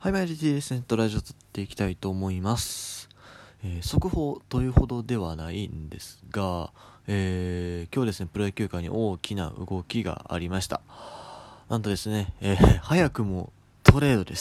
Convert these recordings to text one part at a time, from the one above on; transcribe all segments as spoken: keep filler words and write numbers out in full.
はい、マイルティーセントラジオ撮っていきたいと思います。えー、速報というほどではないんですが、えー、今日ですね、プロ野球界に大きな動きがありました。なんとですね、えー、早くもトレードです。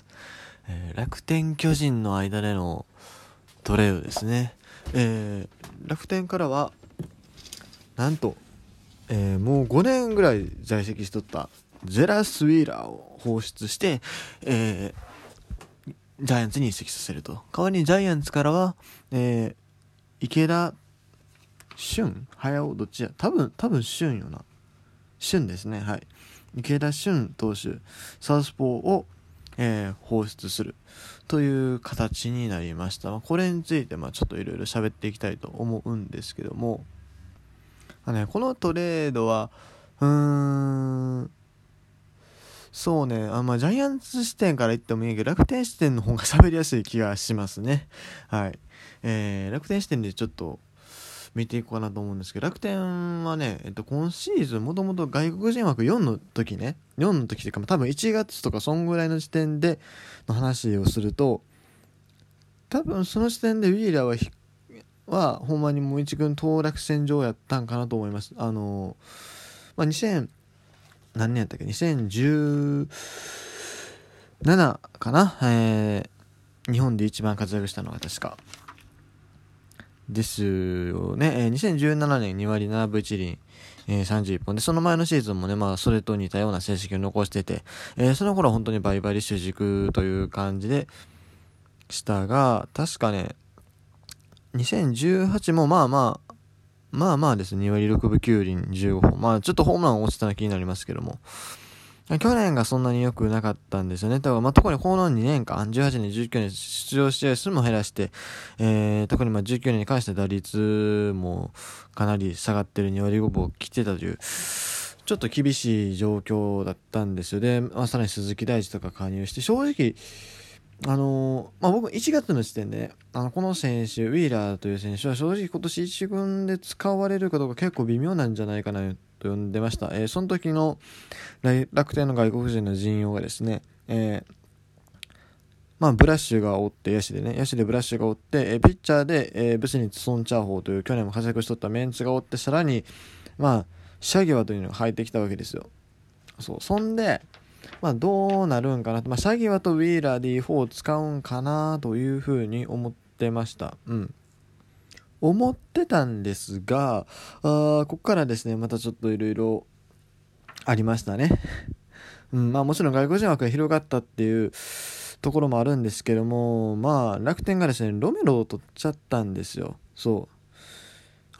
えー、楽天巨人の間でのトレードですね。えー、楽天からは、なんと、えー、もうごねんぐらい在籍しとったゼラス・ウィーラーを放出して、えージャイアンツに移籍させると。代わりにジャイアンツからは、えー、池田俊早尾どっちや多分多分俊よな俊ですね。はい、池田俊投手サウスポーを、えー、放出するという形になりました。まあ、これについてまあちょっといろいろ喋っていきたいと思うんですけども、あ、ね、このトレードはうーんそうね、あまあ、ジャイアンツ視点から言ってもいいけど、楽天視点の方が喋りやすい気がしますね。はい。えー、楽天視点でちょっと見ていこうかなと思うんですけど、楽天はね、えっと、今シーズンもともと外国人枠よんの時ね、よんの時っていうか、多分いちがつとかそんぐらいの時点での話をすると、多分その時点でウィーラーははほんまにもう一軍当落線上やったんかなと思います。あのまあ、にせん何年やったっけにせんじゅうななかな、えー、日本で一番活躍したのが確かですよね、えー、にせんじゅうななねんにわりななぶいちりん、えー、さんじゅういっぽんで、その前のシーズンもね、まあ、それと似たような成績を残してて、えー、その頃は本当にバリバリ主軸という感じでしたが、確かねにせんじゅうはちもまあまあまあまあですね、にわりろくぶきゅうりんじゅうごほん、まあちょっとホームラン落ちたの気になりますけども、去年がそんなに良くなかったんですよね。だからまあ特にこのにねんかん、じゅうはちねん、じゅうきゅうねん出場試合数も減らして、えー、特にまあじゅうきゅうねんに関して打率もかなり下がってるにわりごぶを切ってたという、ちょっと厳しい状況だったんですよ。で、まあ、さらに鈴木大地とか加入して、正直、あのーまあ、僕いちがつの時点で、ね、あのこの選手ウィーラーという選手は正直今年一軍で使われるかどうか結構微妙なんじゃないかなと呼んでました。えー、その時の楽天の外国人の陣容がですね、えーまあ、ブラッシュがおって野手でね野手でブラッシュがおって、えー、ピッチャーで、えー、ブスニッツ・ソン・チャーホーという去年も活躍しとったメンツがおって、さらにまあシャギワというのが入ってきたわけですよ。そうそんでまあ、どうなるんかなと、まあ、シャギワとウィーラーで イーフォー を使うんかなというふうに思ってました。うん。思ってたんですが、あここからですね、またちょっといろいろありましたね。うん、まあもちろん外国人枠が広がったっていうところもあるんですけども、まあ楽天がですね、ロメロを取っちゃったんですよ。そう。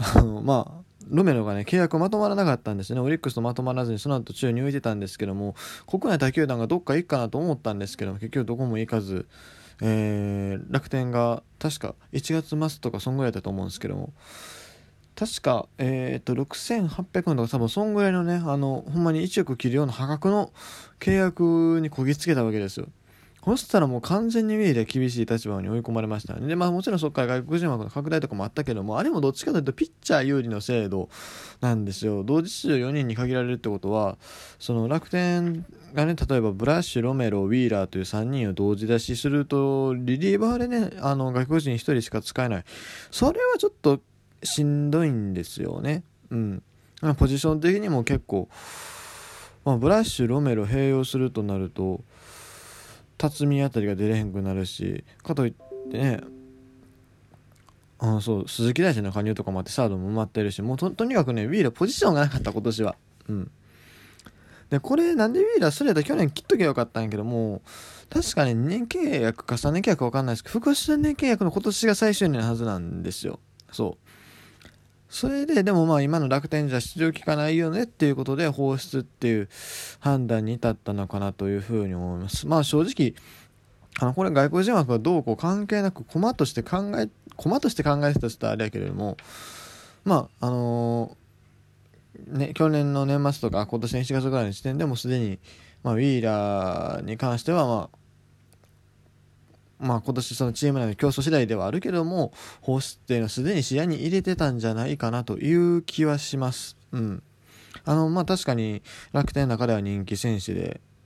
あの、まあ、ロメロがね契約まとまらなかったんですね。オリックスとまとまらずにその後宙に浮いてたんですけども、国内他球団がどっか行くかなと思ったんですけども、結局どこも行かず、えー、楽天が確かいちがつ末とかそんぐらいだと思うんですけども、確かえっとろくせんはっぴゃくまんとか多分そんぐらいのね、あのほんまにいちおく切るような破格の契約にこぎつけたわけですよ。そしたらもう完全にウィーで厳しい立場に追い込まれましたね。で、まあもちろんそこから外国人枠の拡大とかもあったけども、あれもどっちかというとピッチャー有利の制度なんですよ。同時出場よにんに限られるってことは、その楽天がね、例えばブラッシュ、ロメロ、ウィーラーというさんにんを同時出しすると、リリーバーでね、あの外国人ひとりしか使えない。それはちょっとしんどいんですよね。うん。ポジション的にも結構、まあ、ブラッシュ、ロメロ併用するとなると、辰巳あたりが出れへんくなるし、かといってね、あそう鈴木大地の加入とかもあってサードも埋まってるし、もう と, とにかくねウィーラーポジションがなかった今年は。うんでこれなんでウィーラーそれだ去年切っときゃよかったんやけども、確かににねん契約かさんねん契約か分かんないですけど、複数年契約の今年が最終年のはずなんですよ。そうそれででもまあ今の楽天じゃ出場機会ないよねっていうことで放出っていう判断に至ったのかなというふうに思います。まあ正直あのこれ外国人枠がどうこう関係なく駒として考え駒として考えてた人はあれやけれども、まああのー、ね去年の年末とか今年のしちがつぐらいの時点でもすでに、まあ、ウィーラーに関してはまあまあ今年そのチーム内の競争次第ではあるけども、放出っていうのはすでに視野に入れてたんじゃないかなという気はします。うん。あのまあ確かに楽天の中では人気選手で、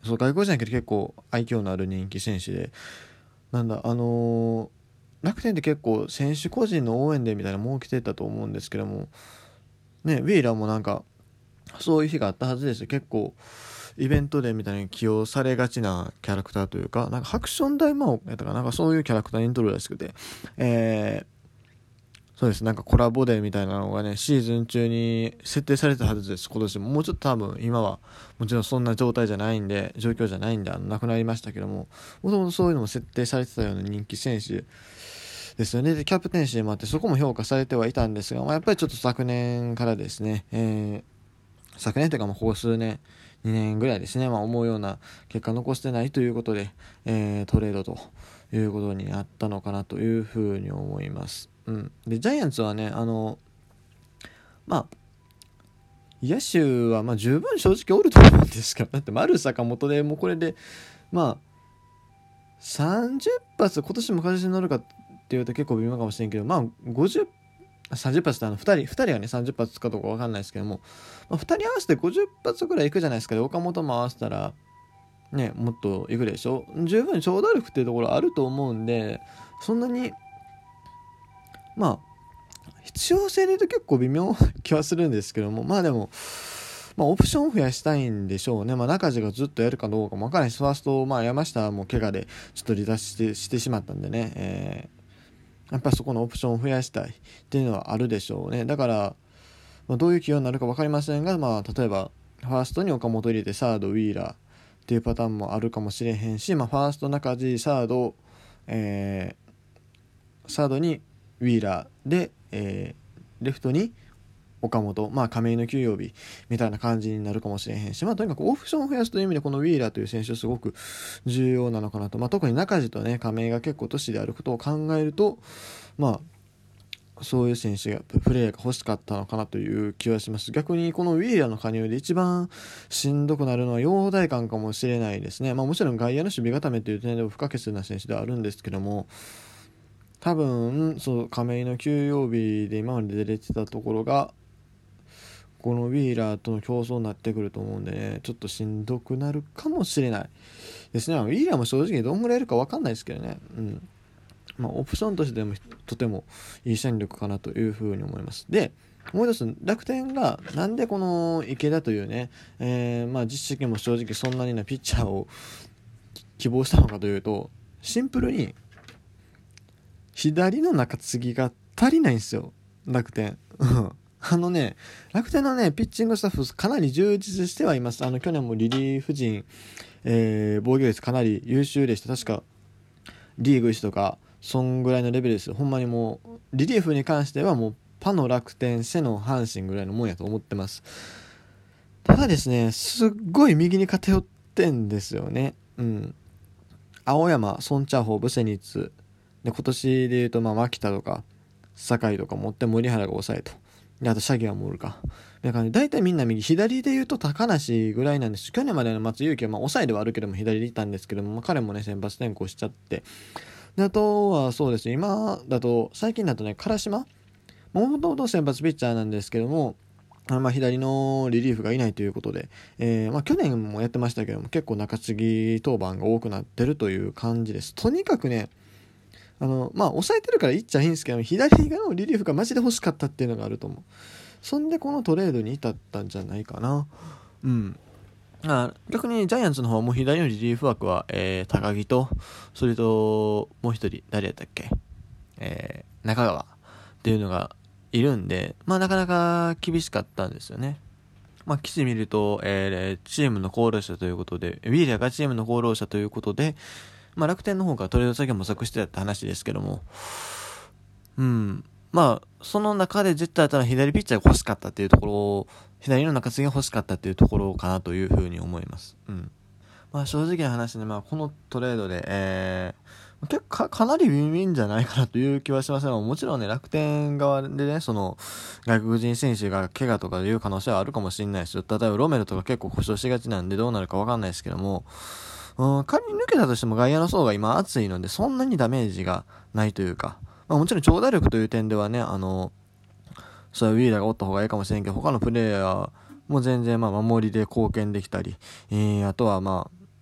そう外国人だけど結構愛嬌のある人気選手で、なんだあのー、楽天って結構選手個人の応援デーみたいなの設けてたと思うんですけどもね、ウィーラーもなんかそういう日があったはずですよ。結構イベントデーみたいに起用されがちなキャラクターというか、なんかハクション大魔王やったかなんかそういうキャラクターにとるらしくて、えーそうです。なんかコラボデーみたいなのがね、シーズン中に設定されたはずです。今年も。もうちょっと多分、今は、もちろんそんな状態じゃないんで、状況じゃないんで、あの、なくなりましたけども、もともとそういうのも設定されてたような人気選手ですよね。で、キャプテンシーもあって、そこも評価されてはいたんですが、まあ、やっぱりちょっと昨年からですね、えー、昨年というか、まあ、ここ数年、にねんぐらいですね、まあ、思うような結果残してないということで、えー、トレードということになったのかなというふうに思います。うん、でジャイアンツはね、あのまあ野手はまあ十分正直おると思うんですけど、だって丸坂本でもうこれでまあさんじゅっぱつ今年も形に乗るかっていうと結構微妙かもしれんけど、まあごじゅう、さんじゅっぱつってあのふたりふたりがねさんじゅっぱつかどうか分かんないですけども、まあ、ふたり合わせてごじゅっぱつぐらいいくじゃないですか。で岡本も合わせたらねもっといくでしょ。十分長打力っていうところあると思うんで、そんなにまあ必要性で言うと結構微妙な気はするんですけども、まあでも、まあ、オプションを増やしたいんでしょうね。まあ、中地がずっとやるかどうかも分からないし、ファースト、まあ、山下も怪我でちょっと離脱してしてしまったんでね、えー、やっぱりそこのオプションを増やしたいっていうのはあるでしょうね。だから、まあ、どういう起用になるか分かりませんが、まあ、例えばファーストに岡本入れてサードウィーラーっていうパターンもあるかもしれへんし、まあ、ファースト中地サード、えー、サードにウィーラーで、えー、レフトに岡本、まあ亀井の休養日みたいな感じになるかもしれへんし、まあとにかくオプションを増やすという意味でこのウィーラーという選手すごく重要なのかなと、まあ特に中地とね亀井が結構年であることを考えると、まあそういう選手がプレーが欲しかったのかなという気はします。逆にこのウィーラーの加入で一番しんどくなるのは陽大感かもしれないですね。まあもちろん外野の守備固めという点でも不可欠な選手ではあるんですけども、多分そう亀井の休養日で今まで出れてたところがこのウィーラーとの競争になってくると思うんでね、ちょっとしんどくなるかもしれないですね。ウィーラーも正直どんぐらいいるか分かんないですけどね、うんまあ、オプションとしてもとてもいい戦力かなというふうに思います。でもう一つ楽天がなんでこの池田というね、えー、まあ実績も正直そんなになピッチャーを希望したのかというと、シンプルに左の中継ぎが足りないんですよ楽天あのね楽天のねピッチングスタッフかなり充実してはいます。あの去年もリリーフ陣、えー、防御率かなり優秀でした。確かリーグいちとかそんぐらいのレベルです。ほんまにもうリリーフに関してはもうパの楽天、セの阪神ぐらいのもんやと思ってます。ただですねすっごい右に偏ってんですよね。うん青山、ソンチャーホー、ブセニッツで今年でいうとまあ牧田とか酒井とか持って森原が抑えと、であとシャギはもおるか、だから、ね、大体みんな右、左でいうと高梨ぐらいなんです。去年までの松井裕樹はまあ抑えではあるけども左でいたんですけども、まあ、彼もね先発転向しちゃって、であとはそうですね今だと最近だとね唐島もともと先発ピッチャーなんですけども、あまあ左のリリーフがいないということで、えーまあ、去年もやってましたけども結構中継ぎ登板が多くなってるという感じです。とにかくねあのまあ抑えてるからいっちゃいいんですけど、左側のリリーフがマジで欲しかったっていうのがあると思う。そんでこのトレードに至ったんじゃないかな。うんあ逆にジャイアンツの方も左のリリーフ枠は、えー、高木とそれともう一人誰やったっけ、えー、中川っていうのがいるんで、まあなかなか厳しかったんですよね。まあ記事見ると、えー、チームの功労者ということでウィーラーがチームの功労者ということで、まあ楽天の方がトレード先を模索してたって話ですけども、うんまあその中で絶対あったら左ピッチャーが欲しかったっていうところを、左の中継ぎが欲しかったっていうところかなというふうに思います。うんまあ正直な話ね、まあこのトレードで、えー、結構 か, かなりウィンウィンじゃないかなという気はしますが、もちろんね楽天側でねその外国人選手が怪我とかいう可能性はあるかもしれないですよ。例えばロメルとか結構故障しがちなんでどうなるかわかんないですけども、うん仮に抜けたとしても外野の層が今厚いのでそんなにダメージがないというか、まあ、もちろん長打力という点ではねあのそういうウィーラーがおった方がいいかもしれんけど、他のプレイヤーも全然まあ守りで貢献できたり、えー、あとはまあ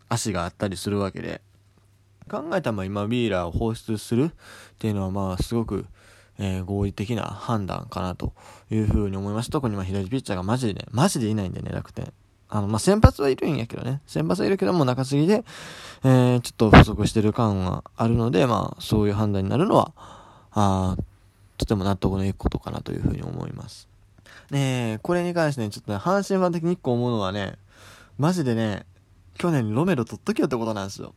足があったりするわけで、考えたらまあ今ウィーラーを放出するっていうのはまあすごく、えー、合理的な判断かなというふうに思います。特にまあ左ピッチャーがマジでねマジでいないんでね、楽天あのまあ先発はいるんやけどね先発はいるけども中継ぎで、えー、ちょっと不足してる感はあるので、まあそういう判断になるのはあとても納得のいくことかなというふうに思います。ね、これに関してねちょっとね阪神ファン的に一個思うのはね、マジでね去年ロメロ取っとけよってことなんですよ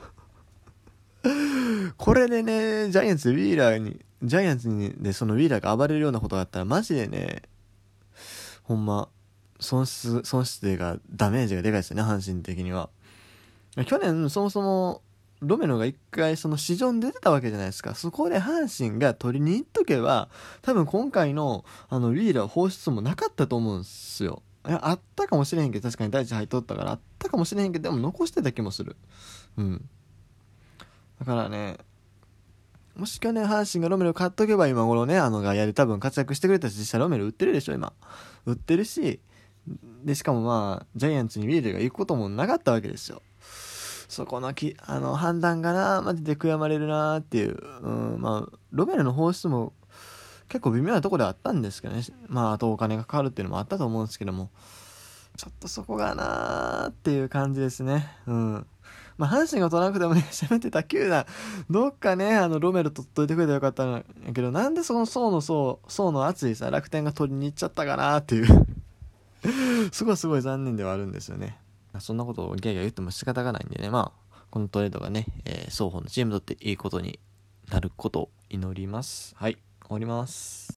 これでねジャイアンツウィーラーにジャイアンツにでそのウィーラーが暴れるようなことがあったらマジでねほんま損失損失がダメージがでかいですよね、阪神的には。去年そもそもロメロが一回その市場に出てたわけじゃないですか。そこで阪神が取りに行っとけば多分今回のあのウィーラー放出もなかったと思うんですよ。いやあったかもしれへんけど、確かに第一入っとったからあったかもしれへんけど、でも残してた気もする。うんだからね、もし去年阪神がロメロ買っとけば今頃ねあの外野で多分活躍してくれたし、実際ロメロ売ってるでしょ今売ってるし、でしかもまあジャイアンツにウィーラーが行くこともなかったわけですよ。そこのきあの判断がなマジで悔やまれるなっていう、うん、まあロメロの放出も結構微妙なところではあったんですけどね、まああとお金がかかるっていうのもあったと思うんですけども、ちょっとそこがなーっていう感じですね。うんまあ阪神が取らなくてもねせめて他球団どっかねあのロメロ取っといてくれたらよかったんやけど、なんでその層の層層の厚いさ楽天が取りに行っちゃったかなっていうすごいすごい残念ではあるんですよね。そんなことをギャーギャー言っても仕方がないんでね、まあこのトレードがね、えー、双方のチームにとっていいことになることを祈ります。はい、終わります。